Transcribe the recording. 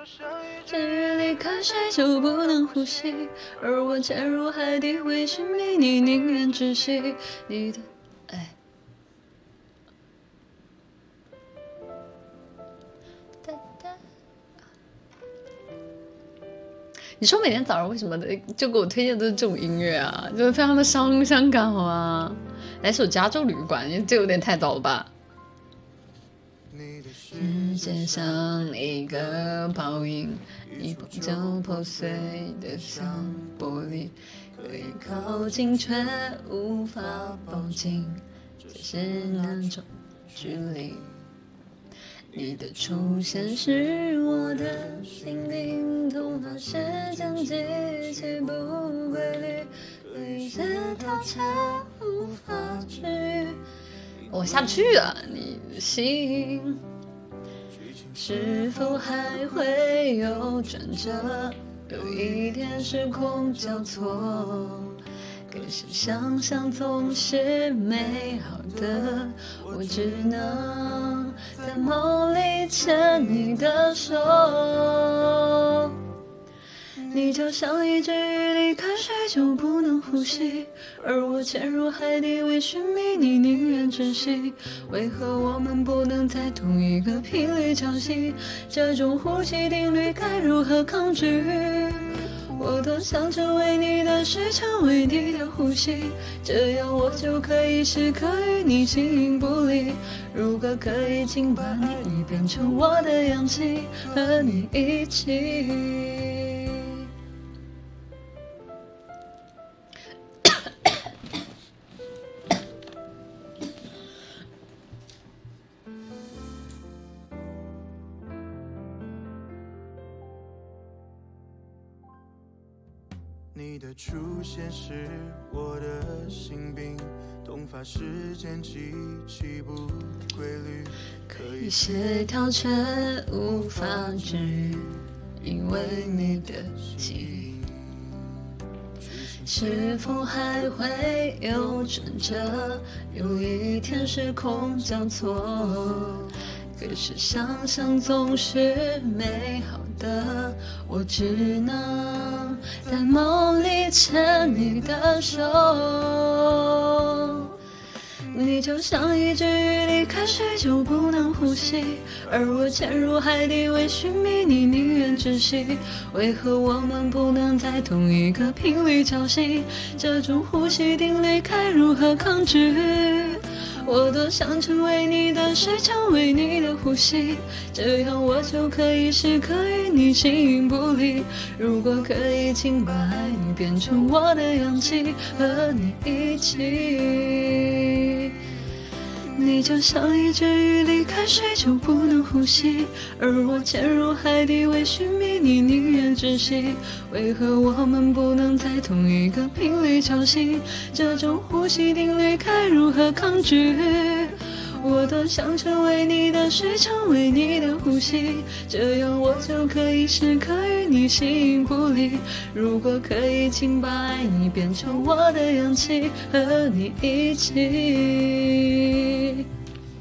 至于离开谁就不能呼吸，而我潜入海底为寻觅你，宁愿窒息你的。哎，你说每天早上为什么就给我推荐的都是这种音乐啊？就是非常的伤感好吗？来首《加州旅馆》，这有点太早了吧？世界像一个泡影，一碰就破碎的像玻璃，可以靠近却无法抱紧，这是哪种距离？你的出现是我的心灵，痛发时间极其不规律，可以协调却无法治愈。我下不去啊，你的心是否还会有转折？有一天时空交错，可是想象总是美好的，我只能在梦里牵你的手。你就像一只鱼，离开水就不能呼吸，而我潜入海底为寻觅你，宁愿窒息。为何我们不能在同一个频率交心？这种呼吸定律该如何抗拒？我多想成为你的水，成为你的呼吸，这样我就可以时刻与你形影不离。如果可以，请把你变成我的氧气，和你一起。 你的出现是我的心病，痛发时间极其不规律， 可以协调却无法治愈，因为你的记忆是否还会有转折？有一天时空交错，可是想象总是美好的，我只能在梦里牵你的手。你就像一只鱼，离开水就不能呼吸，而我潜入海底为寻觅你，宁愿窒息。为何我们不能在同一个频率交心？这种呼吸定律该如何抗拒？我多想成为你的水，成为你的呼吸，这样我就可以时刻与你形影不离。如果可以，请把爱变成我的氧气，和你一起。你就像一只鱼，离开水就不能呼吸，而我潜入海底为寻觅你，宁愿窒息。为何我们不能在同一个频率交心？这种呼吸定律该如何抗拒？我多想成为你的水，成为你的呼吸，这样我就可以时刻与你形影不离。如果可以，请把爱变成我的氧气，和你一起。